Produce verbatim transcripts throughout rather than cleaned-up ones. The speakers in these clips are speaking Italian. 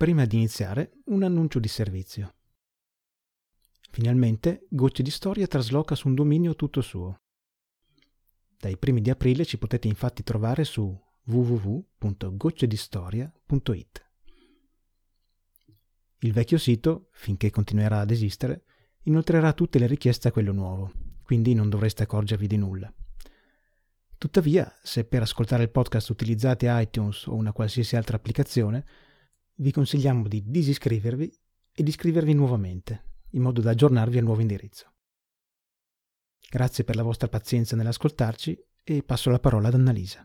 prima di iniziare, un annuncio di servizio. Finalmente, Gocce di Storia trasloca su un dominio tutto suo. Dai primi di aprile ci potete infatti trovare su w w w punto goccedistoria punto i t. Il vecchio sito, finché continuerà ad esistere, inoltrerà tutte le richieste a quello nuovo, quindi non dovreste accorgervi di nulla. Tuttavia, se per ascoltare il podcast utilizzate iTunes o una qualsiasi altra applicazione, vi consigliamo di disiscrivervi e di iscrivervi nuovamente, in modo da aggiornarvi al nuovo indirizzo. Grazie per la vostra pazienza nell'ascoltarci e passo la parola ad Annalisa.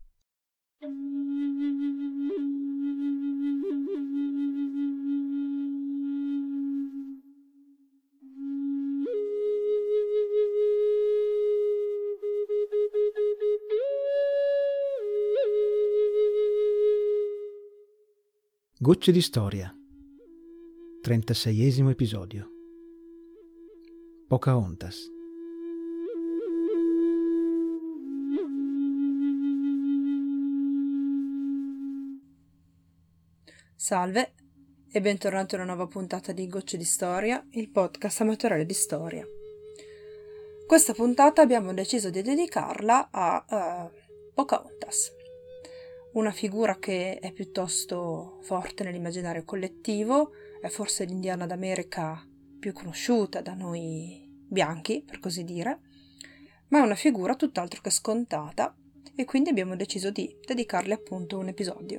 Gocce di Storia, trentaseiesimo episodio. Pocahontas. Salve e bentornati a una nuova puntata di Gocce di Storia, il podcast amatoriale di storia. Questa puntata abbiamo deciso di dedicarla a uh, Pocahontas, una figura che è piuttosto forte nell'immaginario collettivo, è forse l'indiana d'America più conosciuta da noi bianchi, per così dire, ma è una figura tutt'altro che scontata e quindi abbiamo deciso di dedicarle appunto un episodio.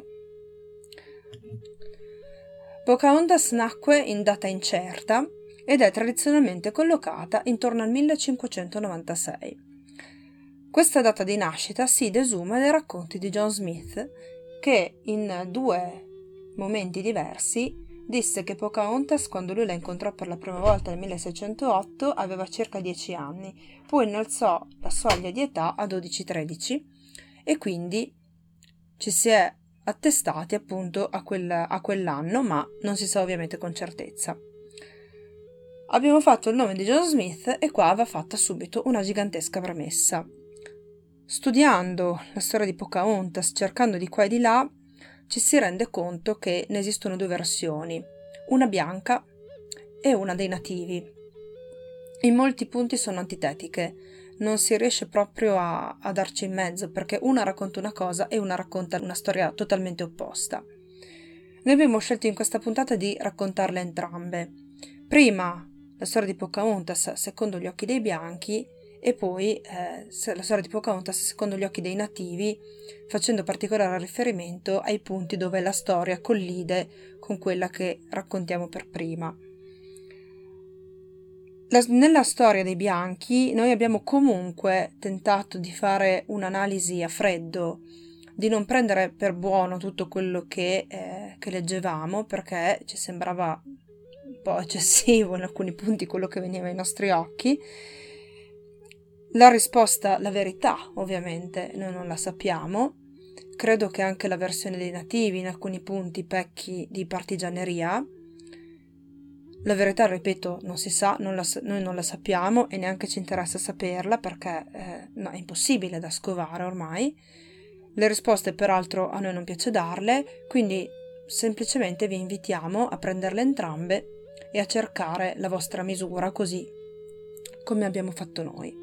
Pocahontas nacque in data incerta ed è tradizionalmente collocata intorno al millecinquecentonovantasei. Questa data di nascita si desume dai racconti di John Smith, che in due momenti diversi disse che Pocahontas, quando lui la incontrò per la prima volta nel milleseicentotto, aveva circa dieci anni, poi innalzò la soglia di età a dodici tredici e quindi ci si è attestati appunto a, quel, a quell'anno, ma non si sa ovviamente con certezza. Abbiamo fatto il nome di John Smith e qua va fatta subito una gigantesca premessa. Studiando la storia di Pocahontas, cercando di qua e di là, ci si rende conto che ne esistono due versioni, una bianca e una dei nativi. In molti punti sono antitetiche, non si riesce proprio a, a darci in mezzo, perché una racconta una cosa e una racconta una storia totalmente opposta. Noi abbiamo scelto in questa puntata di raccontarle entrambe. Prima la storia di Pocahontas secondo gli occhi dei bianchi e poi eh, la storia di Pocahontas secondo gli occhi dei nativi, facendo particolare riferimento ai punti dove la storia collide con quella che raccontiamo per prima. La, nella storia dei bianchi noi abbiamo comunque tentato di fare un'analisi a freddo, di non prendere per buono tutto quello che, eh, che leggevamo, perché ci sembrava un po' eccessivo in alcuni punti quello che veniva ai nostri occhi. La risposta, la verità, ovviamente, noi non la sappiamo. Credo che anche la versione dei nativi in alcuni punti pecchi di partigianeria. La verità, ripeto, non si sa, non la, noi non la sappiamo e neanche ci interessa saperla perché eh, no, è impossibile da scovare ormai. Le risposte, peraltro, a noi non piace darle, quindi semplicemente vi invitiamo a prenderle entrambe e a cercare la vostra misura così come abbiamo fatto noi.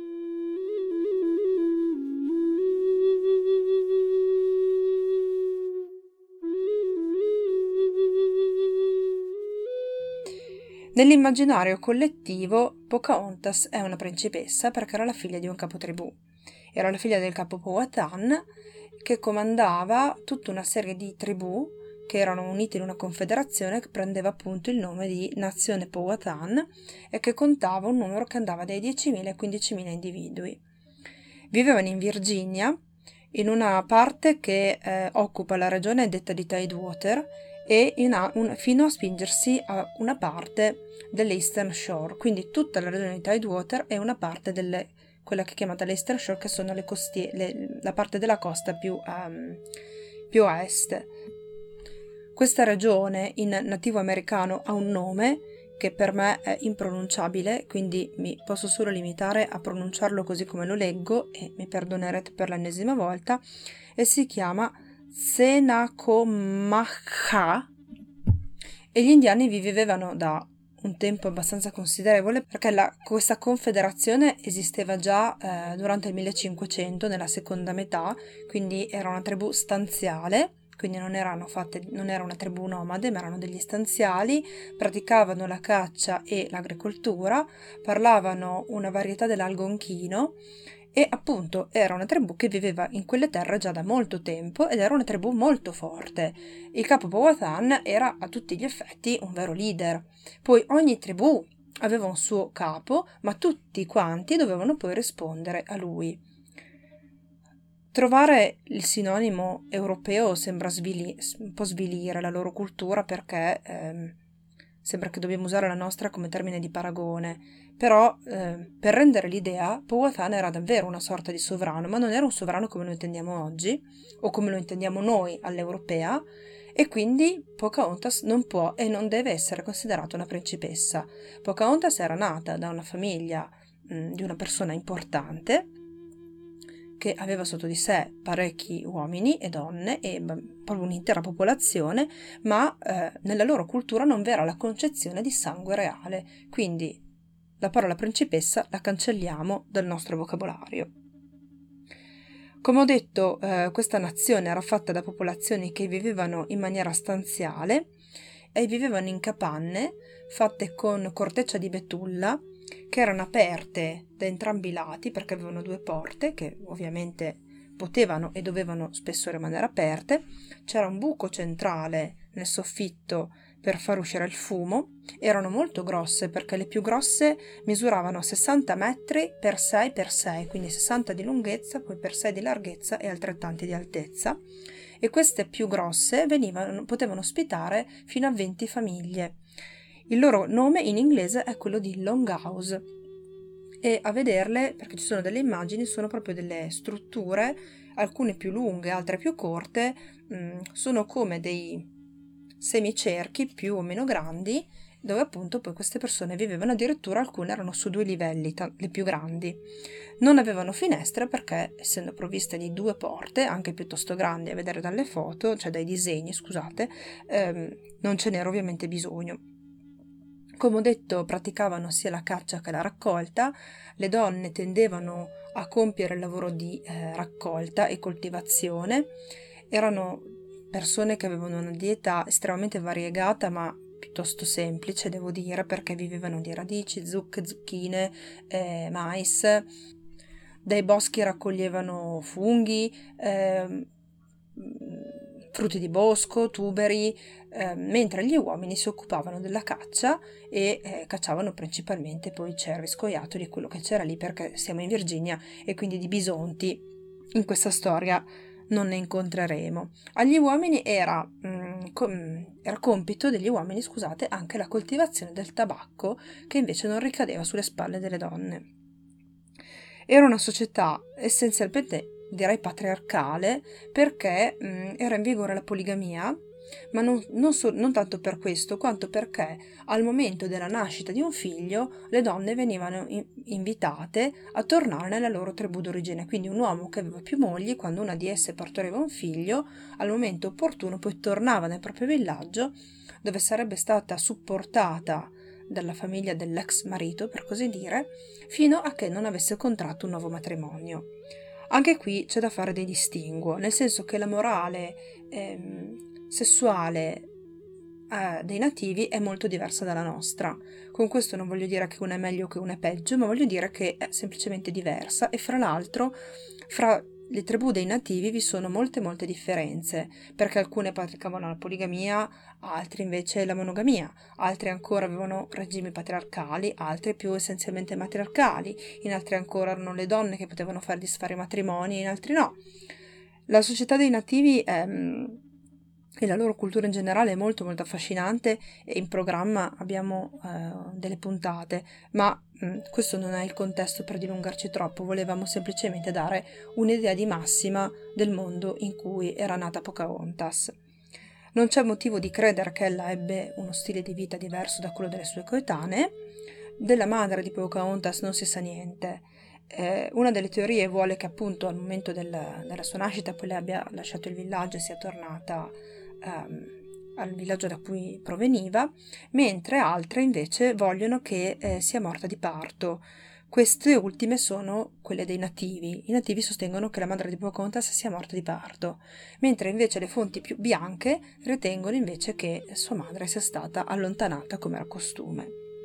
Nell'immaginario collettivo, Pocahontas è una principessa perché era la figlia di un capotribù. Era la figlia del capo Powhatan che comandava tutta una serie di tribù che erano unite in una confederazione che prendeva appunto il nome di Nazione Powhatan e che contava un numero che andava dai diecimila ai quindicimila individui. Vivevano in Virginia, in una parte che eh, occupa la regione detta di Tidewater e in a, un, fino a spingersi a una parte dell'Eastern Shore, quindi tutta la regione di Tidewater è una parte delle, quella che è chiamata l'Eastern Shore, che sono le costie, le, la parte della costa più, um, più a est. Questa regione in nativo americano ha un nome che per me è impronunciabile, quindi mi posso solo limitare a pronunciarlo così come lo leggo e mi perdonerete per l'ennesima volta, e si chiama Senacomacha e gli indiani vi vivevano da un tempo abbastanza considerevole, perché la, questa confederazione esisteva già eh, durante il millecinquecento, nella seconda metà, quindi era una tribù stanziale, quindi non erano fatte, non era una tribù nomade, ma erano degli stanziali, praticavano la caccia e l'agricoltura, parlavano una varietà dell'algonchino e appunto era una tribù che viveva in quelle terre già da molto tempo ed era una tribù molto forte. Il capo Powhatan era a tutti gli effetti un vero leader. Poi ogni tribù aveva un suo capo, ma tutti quanti dovevano poi rispondere a lui. Trovare il sinonimo europeo sembra svili- un po' svilire la loro cultura, perché ehm, sembra che dobbiamo usare la nostra come termine di paragone, però eh, per rendere l'idea, Powhatan era davvero una sorta di sovrano, ma non era un sovrano come lo intendiamo oggi, o come lo intendiamo noi all'europea, e quindi Pocahontas non può e non deve essere considerata una principessa. Pocahontas era nata da una famiglia mh, di una persona importante, che aveva sotto di sé parecchi uomini e donne e proprio un'intera popolazione, ma eh, nella loro cultura non vi era la concezione di sangue reale, quindi la parola principessa la cancelliamo dal nostro vocabolario. Come ho detto, eh, questa nazione era fatta da popolazioni che vivevano in maniera stanziale e vivevano in capanne fatte con corteccia di betulla, che erano aperte da entrambi i lati perché avevano due porte che ovviamente potevano e dovevano spesso rimanere aperte. C'era un buco centrale nel soffitto per far uscire il fumo. Erano molto grosse, perché le più grosse misuravano sessanta metri per sei per sei, quindi sessanta di lunghezza, poi per sei di larghezza e altrettanti di altezza, e queste più grosse venivano, potevano ospitare fino a venti famiglie. Il loro nome in inglese è quello di longhouse, e a vederle, perché ci sono delle immagini, sono proprio delle strutture, alcune più lunghe, altre più corte, mh, sono come dei semicerchi più o meno grandi, dove appunto poi queste persone vivevano. Addirittura alcune erano su due livelli, t- le più grandi. Non avevano finestre perché, essendo provviste di due porte, anche piuttosto grandi a vedere dalle foto, cioè dai disegni, scusate, ehm, non ce n'era ovviamente bisogno. Come ho detto, praticavano sia la caccia che la raccolta. Le donne tendevano a compiere il lavoro di eh, raccolta e coltivazione. Erano persone che avevano una dieta estremamente variegata, ma piuttosto semplice, devo dire, perché vivevano di radici, zucche, zucchine, eh, mais. Dai boschi raccoglievano funghi, eh, frutti di bosco, tuberi, eh, mentre gli uomini si occupavano della caccia e eh, cacciavano principalmente poi cervi, scoiattoli, quello che c'era lì, perché siamo in Virginia e quindi di bisonti in questa storia non ne incontreremo. Agli uomini era, mh, com- era compito degli uomini, scusate, anche la coltivazione del tabacco, che invece non ricadeva sulle spalle delle donne. Era una società essenzialmente, direi, patriarcale, perché mh, era in vigore la poligamia, ma non, non, so, non tanto per questo, quanto perché al momento della nascita di un figlio le donne venivano in, invitate a tornare nella loro tribù d'origine. Quindi un uomo che aveva più mogli, quando una di esse partoriva un figlio, al momento opportuno poi tornava nel proprio villaggio, dove sarebbe stata supportata dalla famiglia dell'ex marito, per così dire, fino a che non avesse contratto un nuovo matrimonio. Anche qui c'è da fare dei distinguo, nel senso che la morale ehm, sessuale eh, dei nativi è molto diversa dalla nostra. Con questo non voglio dire che una è meglio o che una è peggio, ma voglio dire che è semplicemente diversa, e fra l'altro fra le tribù dei nativi vi sono molte molte differenze, perché alcune praticavano la poligamia, altri invece la monogamia, altri ancora avevano regimi patriarcali, altri più essenzialmente matriarcali, in altri ancora erano le donne che potevano fare disfare i matrimoni, in altri no. La società dei nativi è, e la loro cultura in generale è molto molto affascinante, e in programma abbiamo eh, delle puntate, ma mh, questo non è il contesto per dilungarci troppo. Volevamo semplicemente dare un'idea di massima del mondo in cui era nata Pocahontas. Non c'è motivo di credere che ella ebbe uno stile di vita diverso da quello delle sue coetanee. Della madre di Pocahontas non si sa niente. Eh, una delle teorie vuole che appunto al momento del, della sua nascita poi lei abbia lasciato il villaggio e sia tornata um, al villaggio da cui proveniva, mentre altre invece vogliono che eh, sia morta di parto. Queste ultime sono quelle dei nativi. I nativi sostengono che la madre di Pocahontas sia morta di parto, mentre invece le fonti più bianche ritengono invece che sua madre sia stata allontanata come era costume.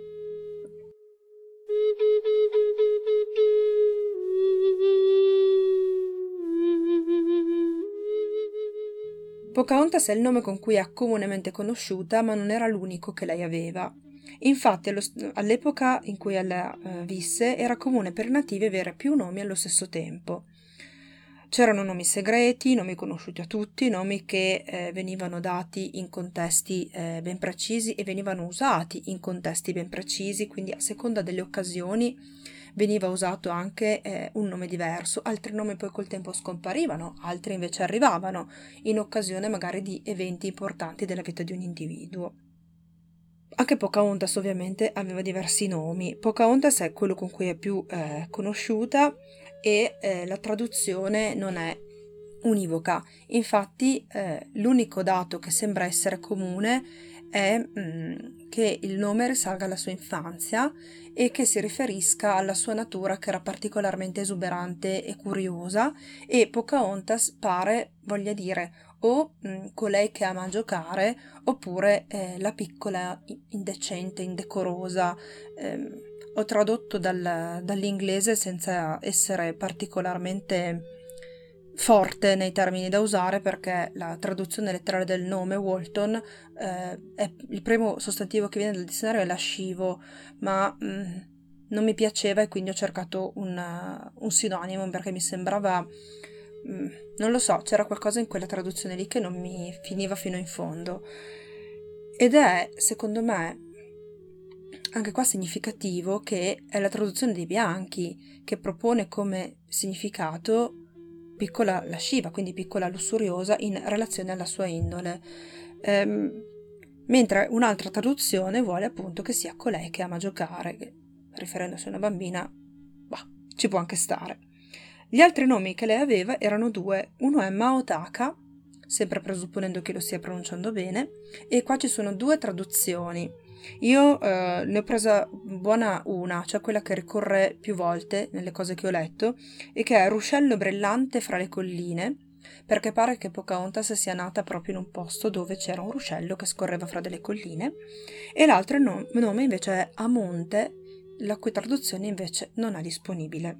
Pocahontas è il nome con cui è comunemente conosciuta, ma non era l'unico che lei aveva. Infatti, allo, all'epoca in cui ella uh, visse, era comune per i nativi avere più nomi allo stesso tempo. C'erano nomi segreti, nomi conosciuti a tutti, nomi che eh, venivano dati in contesti eh, ben precisi e venivano usati in contesti ben precisi, quindi a seconda delle occasioni veniva usato anche eh, un nome diverso. Altri nomi poi col tempo scomparivano, altri invece arrivavano in occasione magari di eventi importanti della vita di un individuo. Anche Pocahontas ovviamente aveva diversi nomi. Pocahontas è quello con cui è più eh, conosciuta e eh, la traduzione non è univoca. Infatti eh, l'unico dato che sembra essere comune è mh, che il nome risalga alla sua infanzia e che si riferisca alla sua natura, che era particolarmente esuberante e curiosa, e Pocahontas pare voglia dire o mh, colei che ama giocare, oppure eh, la piccola indecente, indecorosa. Eh, ho tradotto dal, dall'inglese senza essere particolarmente forte nei termini da usare, perché la traduzione letterale del nome Walton eh, è il primo sostantivo che viene dal dizionario è lascivo, ma mh, non mi piaceva e quindi ho cercato un, uh, un sinonimo, perché mi sembrava mh, non lo so, c'era qualcosa in quella traduzione lì che non mi finiva fino in fondo, ed è secondo me anche qua significativo che è la traduzione dei bianchi che propone come significato piccola lasciva, quindi piccola lussuriosa in relazione alla sua indole, ehm, mentre un'altra traduzione vuole appunto che sia colei che ama giocare, che, riferendosi a una bambina, bah, ci può anche stare. Gli altri nomi che lei aveva erano due, uno è Maotaka, sempre presupponendo che lo stia pronunciando bene, e qua ci sono due traduzioni. Io eh, ne ho presa buona una, cioè quella che ricorre più volte nelle cose che ho letto, e che è ruscello brillante fra le colline, perché pare che Pocahontas sia nata proprio in un posto dove c'era un ruscello che scorreva fra delle colline, e l'altro no- nome invece è Amonte, la cui traduzione invece non è disponibile.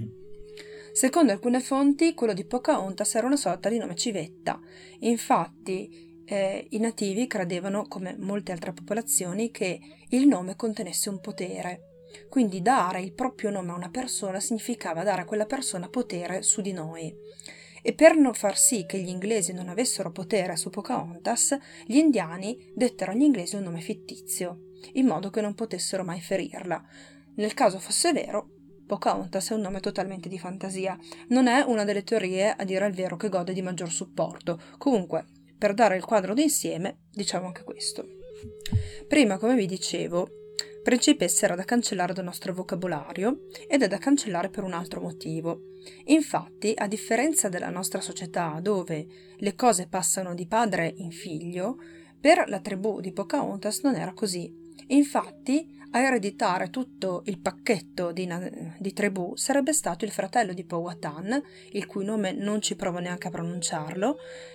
Secondo alcune fonti, quello di Pocahontas era una sorta di nome civetta. Infatti Eh, i nativi credevano, come molte altre popolazioni, che il nome contenesse un potere. Quindi dare il proprio nome a una persona significava dare a quella persona potere su di noi. E per non far sì che gli inglesi non avessero potere su Pocahontas, gli indiani dettero agli inglesi un nome fittizio, in modo che non potessero mai ferirla. Nel caso fosse vero, Pocahontas è un nome totalmente di fantasia. Non è una delle teorie, a dire il vero, che gode di maggior supporto. Comunque, per dare il quadro d'insieme, diciamo anche questo. Prima, come vi dicevo, principessa era da cancellare dal nostro vocabolario ed è da cancellare per un altro motivo. Infatti, a differenza della nostra società, dove le cose passano di padre in figlio, per la tribù di Pocahontas non era così. Infatti, a ereditare tutto il pacchetto di, di tribù sarebbe stato il fratello di Powhatan, il cui nome non ci provo neanche a pronunciarlo,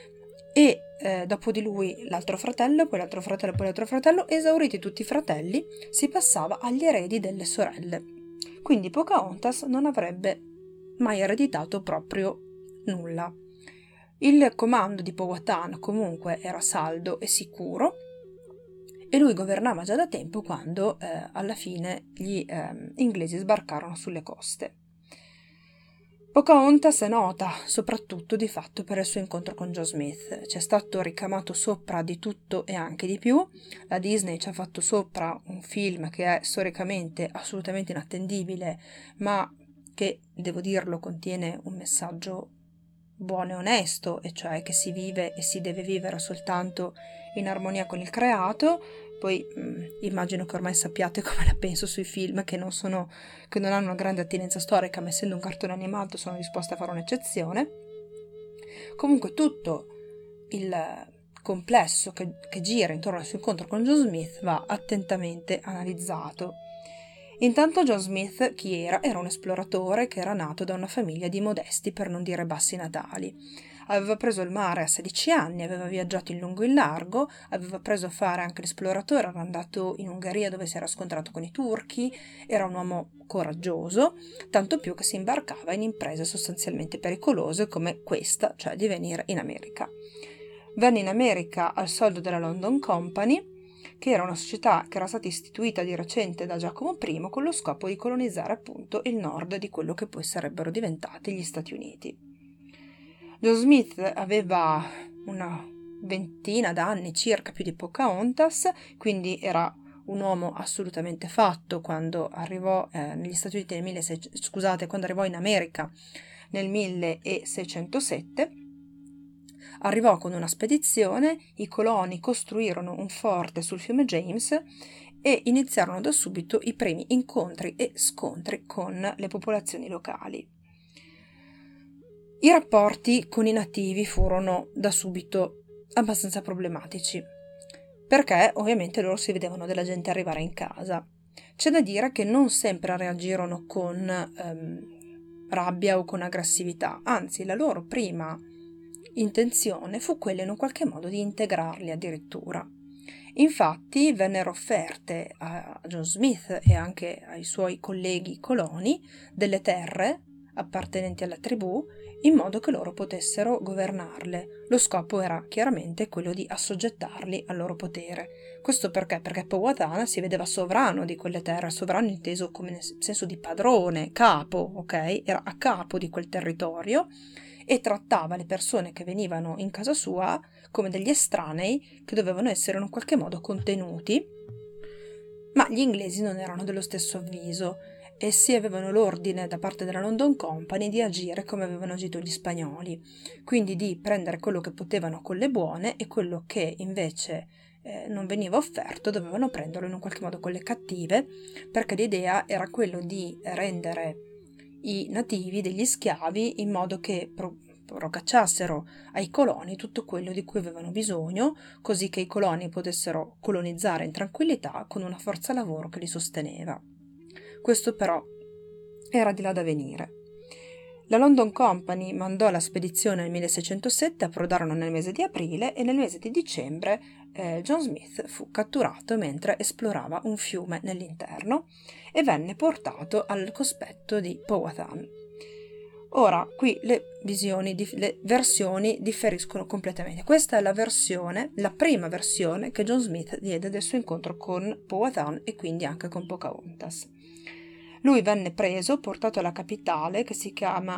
e eh, dopo di lui l'altro fratello, poi l'altro fratello, poi l'altro fratello. Esauriti tutti i fratelli, si passava agli eredi delle sorelle. Quindi Pocahontas non avrebbe mai ereditato proprio nulla. Il comando di Powhatan comunque era saldo e sicuro, e lui governava già da tempo quando eh, alla fine gli eh, inglesi sbarcarono sulle coste. Pocahontas è nota soprattutto di fatto per il suo incontro con Joe Smith. C'è stato ricamato sopra di tutto e anche di più. La Disney ci ha fatto sopra un film che è storicamente assolutamente inattendibile, ma che, devo dirlo, contiene un messaggio buono e onesto, e cioè che si vive e si deve vivere soltanto in armonia con il creato. Poi mh, immagino che ormai sappiate come la penso sui film che non sono, che non hanno una grande attinenza storica, ma essendo un cartone animato sono disposta a fare un'eccezione. Comunque tutto il complesso che, che gira intorno al suo incontro con John Smith va attentamente analizzato. Intanto John Smith chi era? Era un esploratore che era nato da una famiglia di modesti, per non dire bassi natali. Aveva preso il mare a sedici anni, aveva viaggiato in lungo e in largo, aveva preso a fare anche l'esploratore, era andato in Ungheria dove si era scontrato con i turchi, era un uomo coraggioso, tanto più che si imbarcava in imprese sostanzialmente pericolose come questa, cioè di venire in America. Venne in America al soldo della London Company, che era una società che era stata istituita di recente da Giacomo I con lo scopo di colonizzare appunto il nord di quello che poi sarebbero diventati gli Stati Uniti. John Smith aveva una ventina d'anni circa più di Pocahontas, quindi era un uomo assolutamente fatto quando arrivò eh, negli Stati Uniti nel milleseicento, scusate, quando arrivò in America nel milleseicentosette. Arrivò con una spedizione, i coloni costruirono un forte sul fiume James e iniziarono da subito i primi incontri e scontri con le popolazioni locali. I rapporti con i nativi furono da subito abbastanza problematici, perché ovviamente loro si vedevano della gente arrivare in casa. C'è da dire che non sempre reagirono con ehm, rabbia o con aggressività, anzi la loro prima intenzione fu quella in un qualche modo di integrarli addirittura. Infatti vennero offerte a John Smith e anche ai suoi colleghi coloni delle terre appartenenti alla tribù in modo che loro potessero governarle. Lo scopo era chiaramente quello di assoggettarli al loro potere. Questo perché? Perché Powhatan si vedeva sovrano di quelle terre, sovrano inteso come nel senso di padrone, capo, ok? Era a capo di quel territorio e trattava le persone che venivano in casa sua come degli estranei che dovevano essere in un qualche modo contenuti, ma gli inglesi non erano dello stesso avviso. Essi avevano l'ordine da parte della London Company di agire come avevano agito gli spagnoli, quindi di prendere quello che potevano con le buone e quello che invece eh, non veniva offerto dovevano prenderlo in un qualche modo con le cattive, perché l'idea era quello di rendere i nativi degli schiavi in modo che pro- procacciassero ai coloni tutto quello di cui avevano bisogno, così che i coloni potessero colonizzare in tranquillità con una forza lavoro che li sosteneva. Questo però era di là da venire. La London Company mandò la spedizione nel milleseicentosette, approdarono nel mese di aprile e nel mese di dicembre eh, John Smith fu catturato mentre esplorava un fiume nell'interno e venne portato al cospetto di Powhatan. Ora, qui le visioni, le versioni differiscono completamente. Questa è la versione, la prima versione che John Smith diede del suo incontro con Powhatan e quindi anche con Pocahontas. Lui venne preso, portato alla capitale che si chiama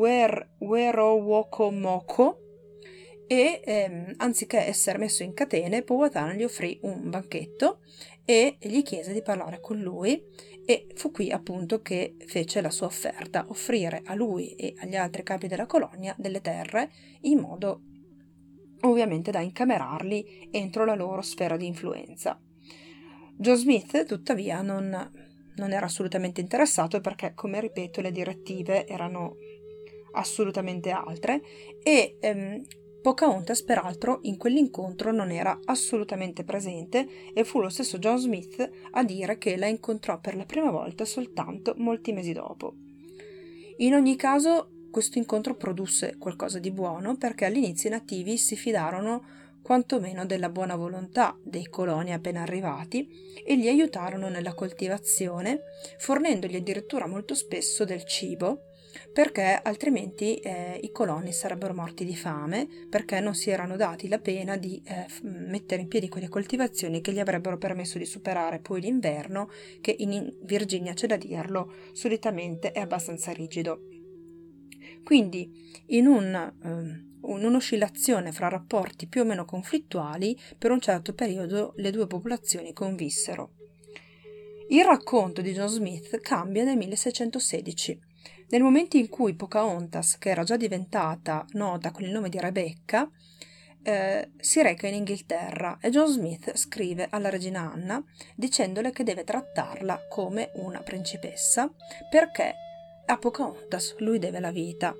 Werowocomoco e ehm, anziché essere messo in catene, Powhatan gli offrì un banchetto e gli chiese di parlare con lui e fu qui appunto che fece la sua offerta, offrire a lui e agli altri capi della colonia delle terre in modo ovviamente da incamerarli entro la loro sfera di influenza. John Smith tuttavia non, non era assolutamente interessato perché, come ripeto, le direttive erano assolutamente altre e ehm, Pocahontas peraltro in quell'incontro non era assolutamente presente e fu lo stesso John Smith a dire che la incontrò per la prima volta soltanto molti mesi dopo. In ogni caso questo incontro produsse qualcosa di buono perché all'inizio i nativi si fidarono quantomeno della buona volontà dei coloni appena arrivati e li aiutarono nella coltivazione, fornendogli addirittura molto spesso del cibo, perché altrimenti eh, i coloni sarebbero morti di fame, perché non si erano dati la pena di eh, mettere in piedi quelle coltivazioni che gli avrebbero permesso di superare poi l'inverno, che in Virginia, c'è da dirlo, solitamente è abbastanza rigido. Quindi in un... Um, un'oscillazione fra rapporti più o meno conflittuali, per un certo periodo le due popolazioni convissero. Il racconto di John Smith cambia nel milleseicentosedici, nel momento in cui Pocahontas, che era già diventata nota con il nome di Rebecca, eh, si reca in Inghilterra e John Smith scrive alla regina Anna dicendole che deve trattarla come una principessa perché a Pocahontas lui deve la vita.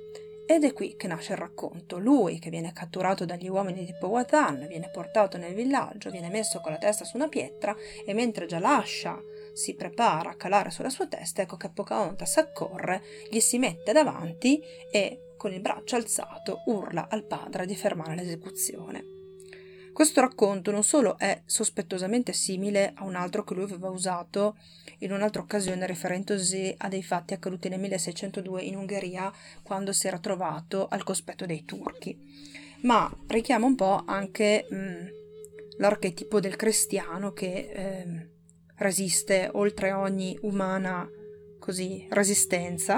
Ed è qui che nasce il racconto. Lui, che viene catturato dagli uomini di Powhatan, viene portato nel villaggio, viene messo con la testa su una pietra e mentre già lascia si prepara a calare sulla sua testa, ecco che Pocahontas accorre, gli si mette davanti e con il braccio alzato urla al padre di fermare l'esecuzione. Questo racconto non solo è sospettosamente simile a un altro che lui aveva usato in un'altra occasione riferendosi a dei fatti accaduti nel milleseicentodue in Ungheria quando si era trovato al cospetto dei turchi, ma richiama un po' anche mh, l'archetipo del cristiano che eh, resiste oltre ogni umana così resistenza.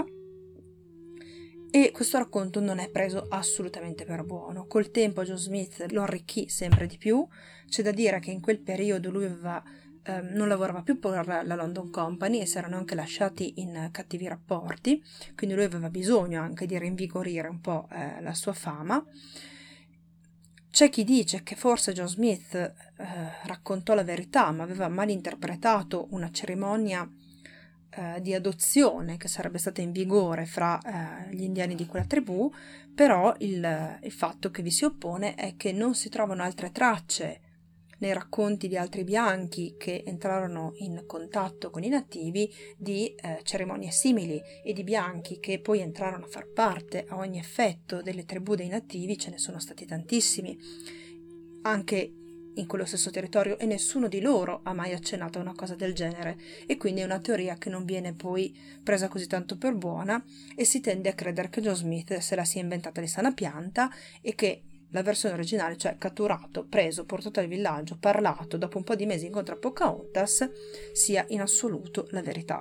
E questo racconto non è preso assolutamente per buono. Col tempo Joe Smith lo arricchì sempre di più. C'è da dire che in quel periodo lui aveva, eh, non lavorava più per la London Company e si erano anche lasciati in cattivi rapporti, quindi lui aveva bisogno anche di rinvigorire un po' eh, la sua fama. C'è chi dice che forse Joe Smith eh, raccontò la verità, ma aveva malinterpretato una cerimonia di adozione che sarebbe stata in vigore fra eh, gli indiani di quella tribù, però il, il fatto che vi si oppone è che non si trovano altre tracce nei racconti di altri bianchi che entrarono in contatto con i nativi di eh, cerimonie simili, e di bianchi che poi entrarono a far parte a ogni effetto delle tribù dei nativi ce ne sono stati tantissimi anche in quello stesso territorio, e nessuno di loro ha mai accennato a una cosa del genere, e quindi è una teoria che non viene poi presa così tanto per buona e si tende a credere che Joe Smith se la sia inventata di sana pianta e che la versione originale, cioè catturato, preso, portato al villaggio, parlato, dopo un po' di mesi incontra Pocahontas, sia in assoluto la verità.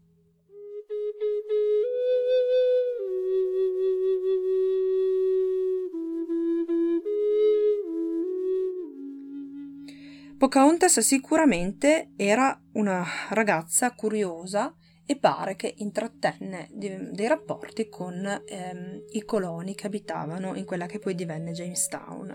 Pocahontas sicuramente era una ragazza curiosa e pare che intrattenne dei rapporti con ehm, i coloni che abitavano in quella che poi divenne Jamestown.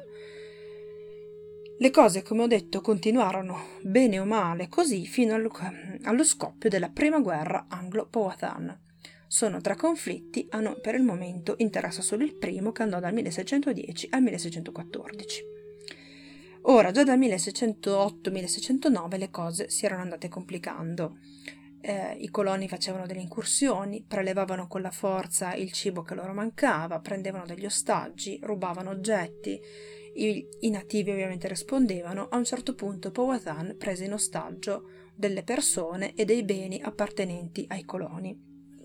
Le cose, come ho detto, continuarono bene o male così fino allo, allo scoppio della prima guerra anglo-powhatan. Sono tre conflitti, a noi per il momento interessa solo il primo, che andò dal milleseicentodieci al milleseicentoquattordici. Ora, già dal milleseicentotto milleseicentonove le cose si erano andate complicando. Eh, I coloni facevano delle incursioni, prelevavano con la forza il cibo che loro mancava, prendevano degli ostaggi, rubavano oggetti. I, i nativi ovviamente rispondevano. A un certo punto Powhatan prese in ostaggio delle persone e dei beni appartenenti ai coloni.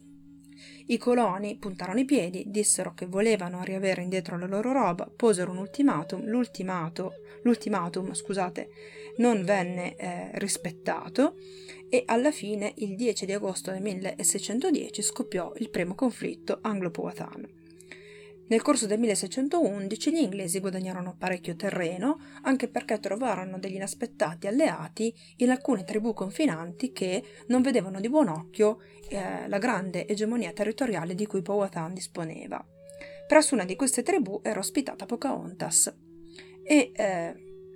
I coloni puntarono i piedi, dissero che volevano riavere indietro la loro roba, posero un ultimatum, l'ultimato, l'ultimatum scusate, non venne eh, rispettato, e alla fine, il dieci di agosto del milleseicentodieci, scoppiò il primo conflitto anglo-powhatan. Nel corso del milleseicentoundici gli inglesi guadagnarono parecchio terreno, anche perché trovarono degli inaspettati alleati in alcune tribù confinanti che non vedevano di buon occhio eh, la grande egemonia territoriale di cui Powhatan disponeva. Presso una di queste tribù era ospitata Pocahontas e eh,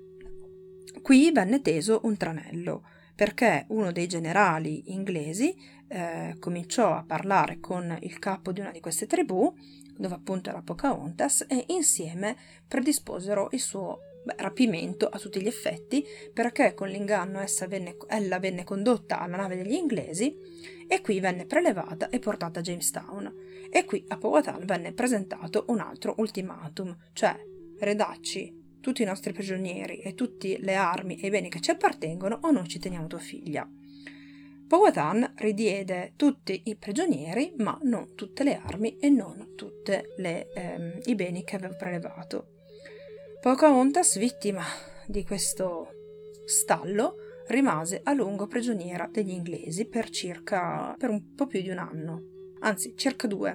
qui venne teso un tranello, perché uno dei generali inglesi eh, cominciò a parlare con il capo di una di queste tribù, dove appunto era Pocahontas, e insieme predisposero il suo beh, rapimento a tutti gli effetti, perché con l'inganno essa venne, ella venne condotta alla nave degli inglesi e qui venne prelevata e portata a Jamestown, e qui a Powhatan venne presentato un altro ultimatum, cioè redacci tutti i nostri prigionieri e tutte le armi e i beni che ci appartengono o noi ci teniamo tua figlia. Powhatan ridiede tutti i prigionieri, ma non tutte le armi e non tutti ehm, i beni che aveva prelevato. Pocahontas, vittima di questo stallo, rimase a lungo prigioniera degli inglesi per circa per un po' più di un anno, anzi circa due.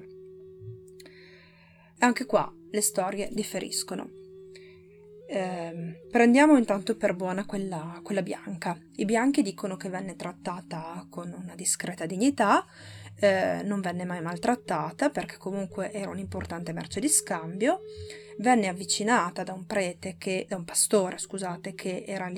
E anche qua le storie differiscono. Eh, prendiamo intanto per buona quella, quella bianca. I bianchi dicono che venne trattata con una discreta dignità, eh, non venne mai maltrattata perché comunque era un'importante merce di scambio, venne avvicinata da un prete che, da un pastore, scusate, che era lì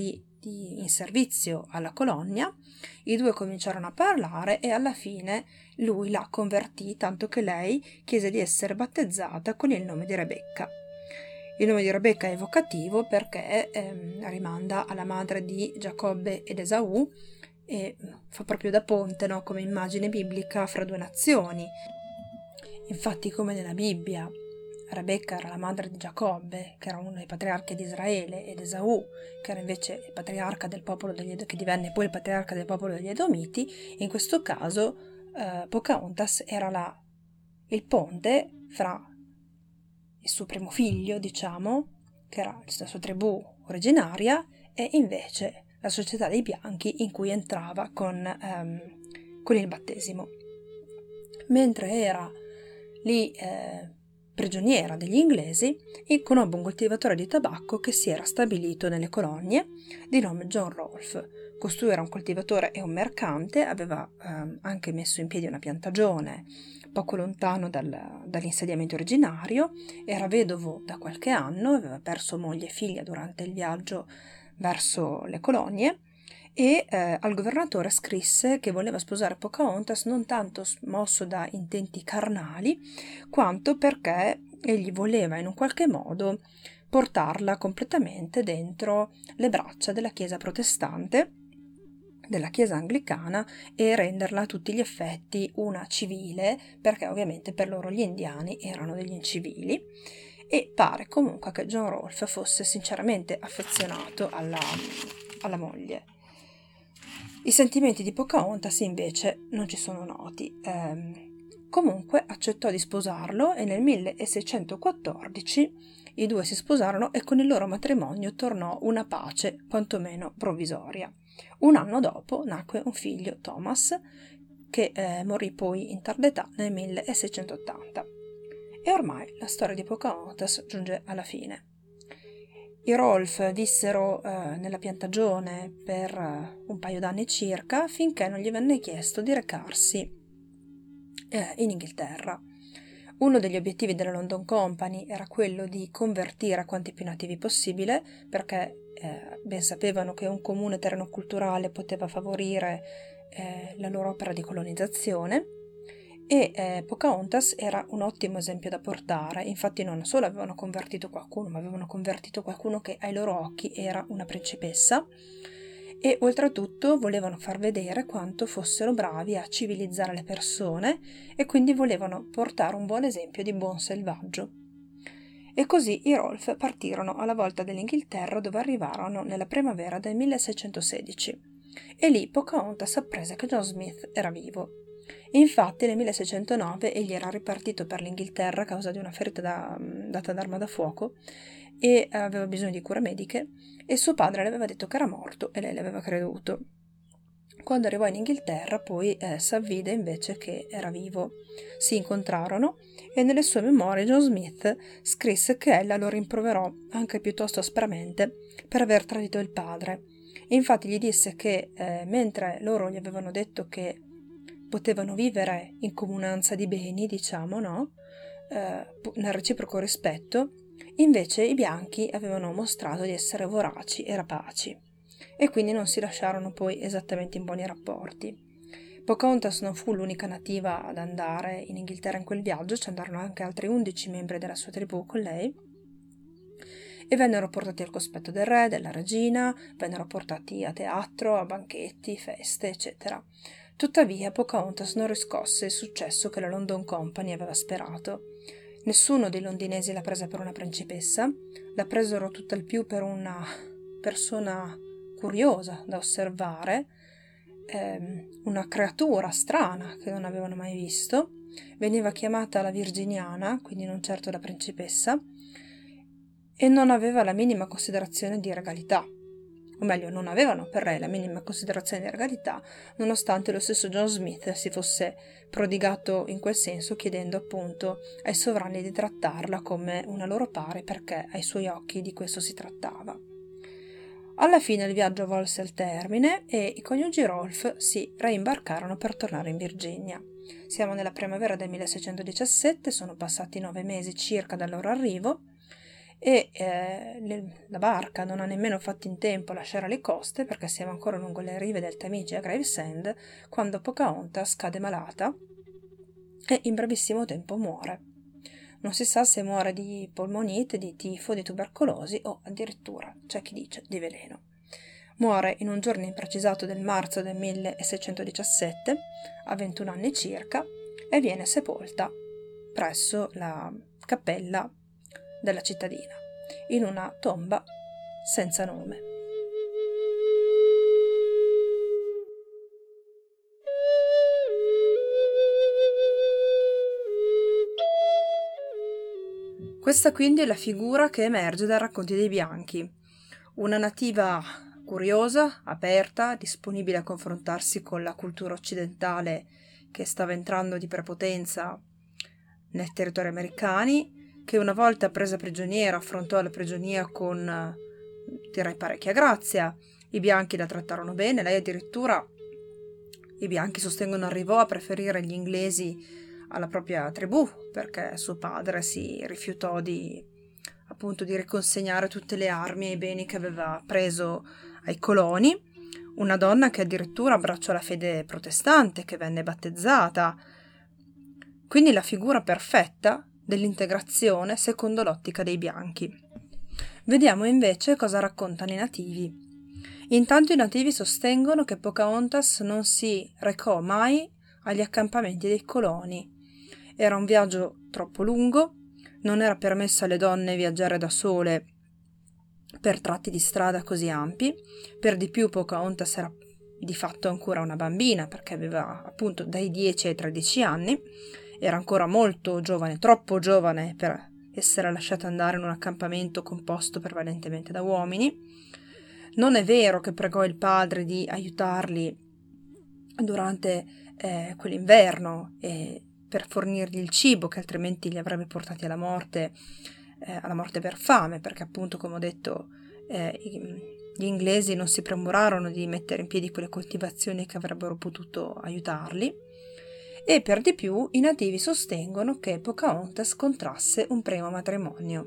di, in servizio alla colonia. I due cominciarono a parlare e alla fine lui la convertì, tanto che lei chiese di essere battezzata con il nome di Rebecca. Il nome di Rebecca è evocativo perché ehm, rimanda alla madre di Giacobbe ed Esaù e fa proprio da ponte, no? Come immagine biblica fra due nazioni. Infatti, come nella Bibbia, Rebecca era la madre di Giacobbe, che era uno dei patriarchi di Israele, ed Esaù, che era invece il patriarca del popolo degli Edomiti, che divenne poi il patriarca del popolo degli Edomiti. In questo caso eh, Pocahontas era la, il ponte fra il suo primo figlio, diciamo, che era la sua tribù originaria, e invece la società dei bianchi in cui entrava con, ehm, con il battesimo. Mentre era lì eh, prigioniera degli inglesi, conobbe un coltivatore di tabacco che si era stabilito nelle colonie, di nome John Rolfe. Costui era un coltivatore e un mercante, aveva ehm, anche messo in piedi una piantagione poco lontano dal, dall'insediamento originario, era vedovo da qualche anno, aveva perso moglie e figlia durante il viaggio verso le colonie, e eh, al governatore scrisse che voleva sposare Pocahontas non tanto mosso da intenti carnali, quanto perché egli voleva in un qualche modo portarla completamente dentro le braccia della Chiesa protestante, della Chiesa anglicana, e renderla a tutti gli effetti una civile, perché ovviamente per loro gli indiani erano degli incivili. E pare comunque che John Rolfe fosse sinceramente affezionato alla, alla moglie. I sentimenti di Pocahontas invece non ci sono noti. Ehm, comunque accettò di sposarlo e nel milleseicentoquattordici i due si sposarono e con il loro matrimonio tornò una pace quantomeno provvisoria. Un anno dopo nacque un figlio, Thomas, che eh, morì poi in tarda età nel milleseicentottanta. E ormai la storia di Pocahontas giunge alla fine. I Rolfe vissero eh, nella piantagione per eh, un paio d'anni circa, finché non gli venne chiesto di recarsi eh, in Inghilterra. Uno degli obiettivi della London Company era quello di convertire quanti più nativi possibile, perché eh, ben sapevano che un comune terreno culturale poteva favorire eh, la loro opera di colonizzazione. E eh, Pocahontas era un ottimo esempio da portare. Infatti non solo avevano convertito qualcuno, ma avevano convertito qualcuno che ai loro occhi era una principessa, e oltretutto volevano far vedere quanto fossero bravi a civilizzare le persone, e quindi volevano portare un buon esempio di buon selvaggio. E così i Rolfe partirono alla volta dell'Inghilterra, dove arrivarono nella primavera del milleseicentosedici, e lì Pocahontas apprese che John Smith era vivo. Infatti nel milleseicentonove egli era ripartito per l'Inghilterra a causa di una ferita da, data d'arma da fuoco e aveva bisogno di cure mediche, e suo padre le aveva detto che era morto e lei le aveva creduto. Quando arrivò in Inghilterra poi eh, s'avvide invece che era vivo. Si incontrarono e nelle sue memorie John Smith scrisse che ella lo rimproverò anche piuttosto aspramente per aver tradito il padre. E infatti gli disse che eh, mentre loro gli avevano detto che potevano vivere in comunanza di beni, diciamo, no? Eh, nel reciproco rispetto, invece i bianchi avevano mostrato di essere voraci e rapaci, e quindi non si lasciarono poi esattamente in buoni rapporti. Pocahontas non fu l'unica nativa ad andare in Inghilterra in quel viaggio, ci andarono anche altri undici membri della sua tribù con lei, e vennero portati al cospetto del re, della regina, vennero portati a teatro, a banchetti, feste, eccetera. Tuttavia Pocahontas non riscosse il successo che la London Company aveva sperato. Nessuno dei londinesi la prese per una principessa, la presero tutt'al più per una persona curiosa da osservare, ehm, una creatura strana che non avevano mai visto. Veniva chiamata la Virginiana, quindi non certo la principessa, e non aveva la minima considerazione di regalità. O meglio, non avevano per lei la minima considerazione di regalità, nonostante lo stesso John Smith si fosse prodigato in quel senso, chiedendo appunto ai sovrani di trattarla come una loro pari, perché ai suoi occhi di questo si trattava. Alla fine il viaggio volse al termine e i coniugi Rolfe si reimbarcarono per tornare in Virginia. Siamo nella primavera del milleseicentodiciassette, sono passati nove mesi circa dal loro arrivo, e eh, le, la barca non ha nemmeno fatto in tempo a lasciare le coste, perché siamo ancora lungo le rive del Tamigi a Gravesend, quando Pocahontas cade malata e in brevissimo tempo muore. Non si sa se muore di polmonite, di tifo, di tubercolosi o addirittura, c'è chi dice, di veleno. Muore in un giorno imprecisato del marzo del milleseicentodiciassette, a ventuno anni circa, e viene sepolta presso la cappella della cittadina, in una tomba senza nome. Questa quindi è la figura che emerge dai Racconti dei Bianchi, una nativa curiosa, aperta, disponibile a confrontarsi con la cultura occidentale che stava entrando di prepotenza nei territori americani, che una volta presa prigioniera affrontò la prigionia con, direi, parecchia grazia. I bianchi la trattarono bene, lei addirittura, i bianchi sostengono, arrivò a preferire gli inglesi alla propria tribù, perché suo padre si rifiutò di, appunto, di riconsegnare tutte le armi e i beni che aveva preso ai coloni. Una donna che addirittura abbracciò la fede protestante, che venne battezzata. Quindi la figura perfetta dell'integrazione secondo l'ottica dei bianchi. Vediamo invece cosa raccontano i nativi. Intanto i nativi sostengono che Pocahontas non si recò mai agli accampamenti dei coloni. Era un viaggio troppo lungo, non era permesso alle donne viaggiare da sole per tratti di strada così ampi. Per di più Pocahontas era di fatto ancora una bambina, perché aveva appunto dai dieci ai tredici anni, era ancora molto giovane, troppo giovane per essere lasciata andare in un accampamento composto prevalentemente da uomini. Non è vero che pregò il padre di aiutarli durante eh, quell'inverno e per fornirgli il cibo, che altrimenti li avrebbe portati alla morte, eh, alla morte per fame, perché appunto, come ho detto, eh, gli inglesi non si premurarono di mettere in piedi quelle coltivazioni che avrebbero potuto aiutarli. E per di più i nativi sostengono che Pocahontas contrasse un primo matrimonio.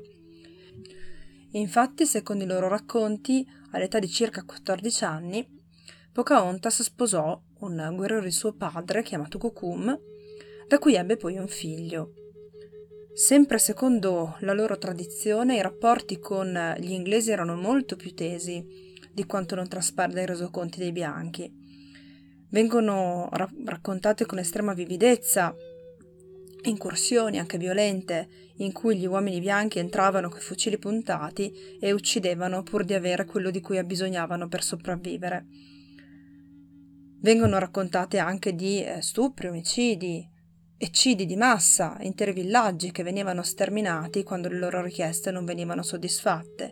Infatti, secondo i loro racconti, all'età di circa quattordici anni, Pocahontas sposò un guerriero di suo padre chiamato Kokum, da cui ebbe poi un figlio. Sempre secondo la loro tradizione, i rapporti con gli inglesi erano molto più tesi di quanto non traspare dai resoconti dei bianchi. Vengono ra- raccontate con estrema vividezza incursioni anche violente in cui gli uomini bianchi entravano coi fucili puntati e uccidevano pur di avere quello di cui abbisognavano per sopravvivere. Vengono raccontate anche di eh, stupri, omicidi, eccidi di massa, interi villaggi che venivano sterminati quando le loro richieste non venivano soddisfatte.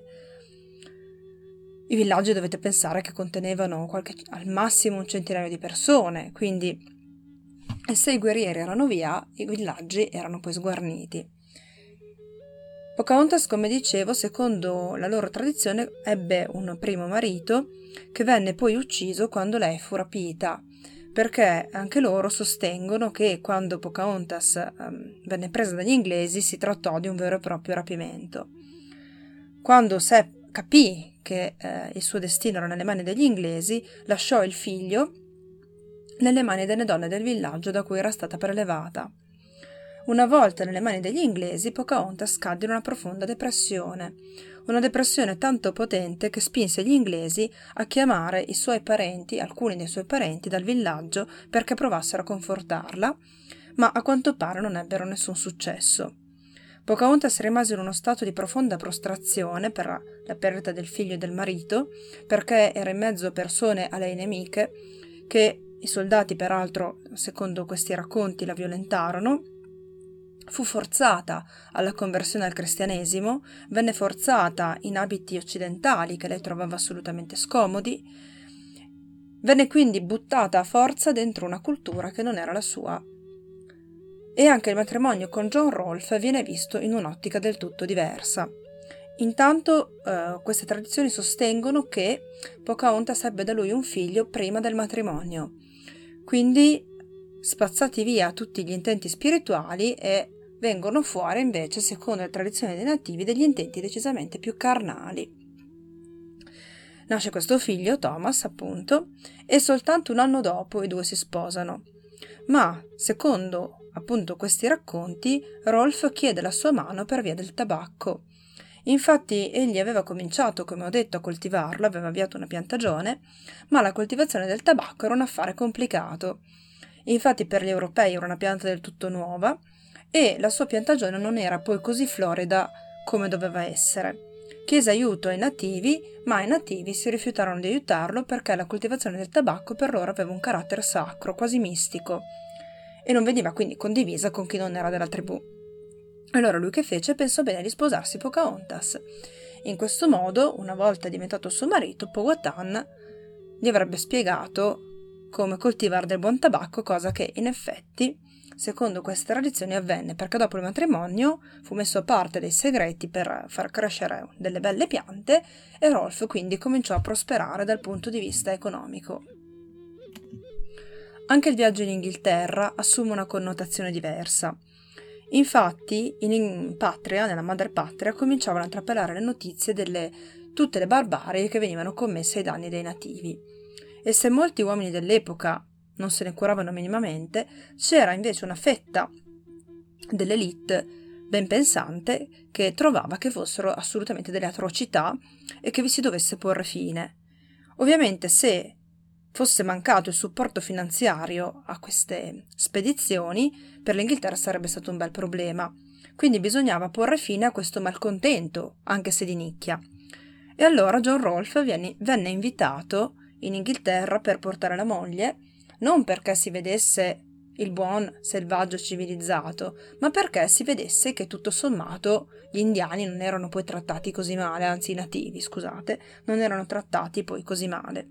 I villaggi dovete pensare che contenevano qualche, al massimo un centinaio di persone, quindi se i guerrieri erano via, i villaggi erano poi sguarniti. Pocahontas, come dicevo, secondo la loro tradizione, ebbe un primo marito che venne poi ucciso quando lei fu rapita, perché anche loro sostengono che quando Pocahontas um, venne presa dagli inglesi si trattò di un vero e proprio rapimento. Quando Sepp capì che eh, il suo destino era nelle mani degli inglesi, lasciò il figlio nelle mani delle donne del villaggio da cui era stata prelevata. Una volta nelle mani degli inglesi, Pocahontas cadde in una profonda depressione, una depressione tanto potente che spinse gli inglesi a chiamare i suoi parenti, alcuni dei suoi parenti, dal villaggio perché provassero a confortarla, ma a quanto pare non ebbero nessun successo. Pocahontas rimase in uno stato di profonda prostrazione per la perdita del figlio e del marito, perché era in mezzo a persone a lei nemiche, che i soldati, peraltro, secondo questi racconti, la violentarono. Fu forzata alla conversione al cristianesimo, venne forzata in abiti occidentali che lei trovava assolutamente scomodi, venne quindi buttata a forza dentro una cultura che non era la sua. E anche il matrimonio con John Rolfe viene visto in un'ottica del tutto diversa. Intanto eh, queste tradizioni sostengono che Pocahontas ebbe da lui un figlio prima del matrimonio, quindi spazzati via tutti gli intenti spirituali e vengono fuori invece, secondo le tradizioni dei nativi, degli intenti decisamente più carnali. Nasce questo figlio, Thomas, appunto, e soltanto un anno dopo i due si sposano. Ma, secondo appunto questi racconti, Rolf chiede la sua mano per via del tabacco. Infatti egli aveva cominciato, come ho detto, a coltivarlo, aveva avviato una piantagione, ma la coltivazione del tabacco era un affare complicato. Infatti per gli europei era una pianta del tutto nuova e la sua piantagione non era poi così florida come doveva essere. Chiese aiuto ai nativi, ma i nativi si rifiutarono di aiutarlo perché la coltivazione del tabacco per loro aveva un carattere sacro, quasi mistico, e non veniva quindi condivisa con chi non era della tribù. Allora lui che fece? Pensò bene di sposarsi Pocahontas. In questo modo, una volta diventato suo marito, Powhatan gli avrebbe spiegato come coltivare del buon tabacco, cosa che in effetti, secondo queste tradizioni, avvenne, perché dopo il matrimonio fu messo a parte dei segreti per far crescere delle belle piante e Rolf quindi cominciò a prosperare dal punto di vista economico. Anche il viaggio in Inghilterra assume una connotazione diversa. Infatti, in patria, nella madrepatria, cominciavano a trapelare le notizie delle tutte le barbarie che venivano commesse ai danni dei nativi. E se molti uomini dell'epoca non se ne curavano minimamente, c'era invece una fetta dell'elite ben pensante che trovava che fossero assolutamente delle atrocità e che vi si dovesse porre fine. Ovviamente, se fosse mancato il supporto finanziario a queste spedizioni, per l'Inghilterra sarebbe stato un bel problema. Quindi bisognava porre fine a questo malcontento, anche se di nicchia. E allora John Rolfe venne, venne invitato in Inghilterra per portare la moglie, non perché si vedesse il buon selvaggio civilizzato, ma perché si vedesse che tutto sommato gli indiani non erano poi trattati così male, anzi i nativi, scusate, non erano trattati poi così male.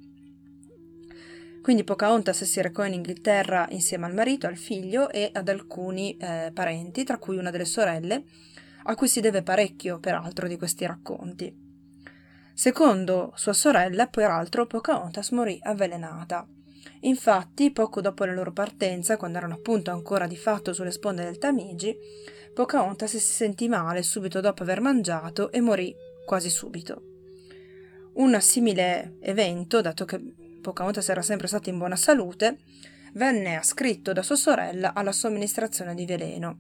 Quindi Pocahontas si recò in Inghilterra insieme al marito, al figlio e ad alcuni eh, parenti, tra cui una delle sorelle, a cui si deve parecchio, peraltro, di questi racconti. Secondo sua sorella, peraltro, Pocahontas morì avvelenata. Infatti, poco dopo la loro partenza, quando erano appunto ancora di fatto sulle sponde del Tamigi, Pocahontas si sentì male subito dopo aver mangiato e morì quasi subito. Un simile evento, dato che Pocahontas era sempre stata in buona salute, venne ascritto da sua sorella alla somministrazione di veleno.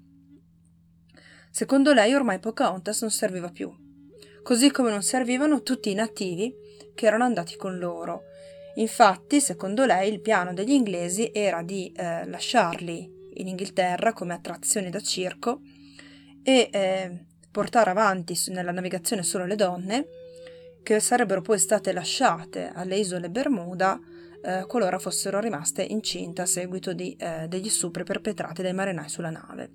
Secondo lei ormai Pocahontas non serviva più, così come non servivano tutti i nativi che erano andati con loro. Infatti, secondo lei, il piano degli inglesi era di eh, lasciarli in Inghilterra come attrazioni da circo e eh, portare avanti nella navigazione solo le donne, che sarebbero poi state lasciate alle isole Bermuda eh, qualora fossero rimaste incinte a seguito di, eh, degli stupri perpetrati dai marinai sulla nave.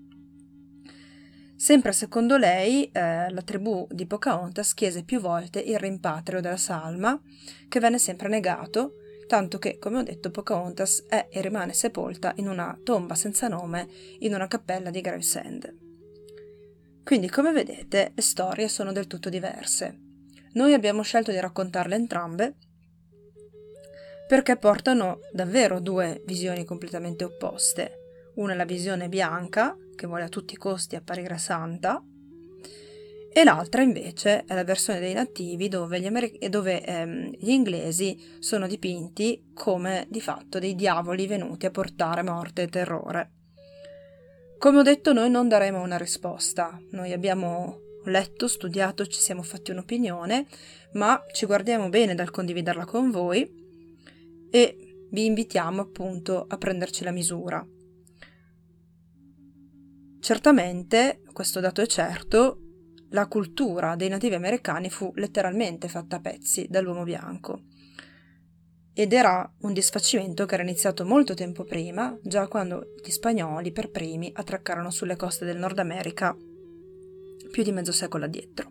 Sempre secondo lei, eh, la tribù di Pocahontas chiese più volte il rimpatrio della salma, che venne sempre negato, tanto che, come ho detto, Pocahontas è e rimane sepolta in una tomba senza nome in una cappella di Gravesend. Quindi, come vedete, le storie sono del tutto diverse. Noi abbiamo scelto di raccontarle entrambe perché portano davvero due visioni completamente opposte. Una è la visione bianca, che vuole a tutti i costi apparire santa, e l'altra invece è la versione dei nativi dove gli, Ameri- dove, ehm, gli inglesi sono dipinti come di fatto dei diavoli venuti a portare morte e terrore. Come ho detto, noi non daremo una risposta, noi abbiamo letto, studiato, ci siamo fatti un'opinione, ma ci guardiamo bene dal condividerla con voi e vi invitiamo appunto a prenderci la misura. Certamente, questo dato è certo, la cultura dei nativi americani fu letteralmente fatta a pezzi dall'uomo bianco ed era un disfacimento che era iniziato molto tempo prima, già quando gli spagnoli per primi attraccarono sulle coste del Nord America più di mezzo secolo addietro.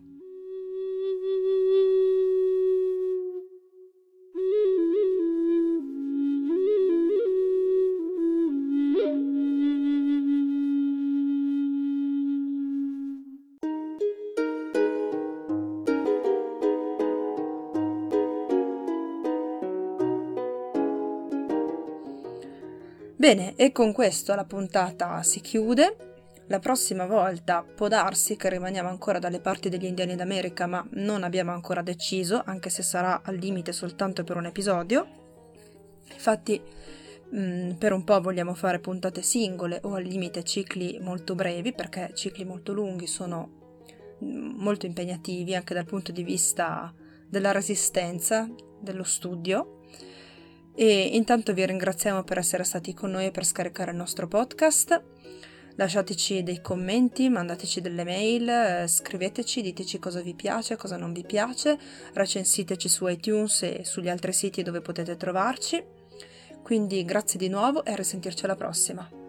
Bene, e con questo la puntata si chiude. La prossima volta può darsi che rimaniamo ancora dalle parti degli indiani d'America, ma non abbiamo ancora deciso, anche se sarà al limite soltanto per un episodio. Infatti mh, per un po' vogliamo fare puntate singole o al limite cicli molto brevi, perché cicli molto lunghi sono mh, molto impegnativi anche dal punto di vista della resistenza, dello studio. E intanto vi ringraziamo per essere stati con noi e per scaricare il nostro podcast. Lasciateci dei commenti, mandateci delle mail, eh, scriveteci, diteci cosa vi piace, cosa non vi piace, recensiteci su iTunes e sugli altri siti dove potete trovarci. Quindi grazie di nuovo e a risentirci alla prossima.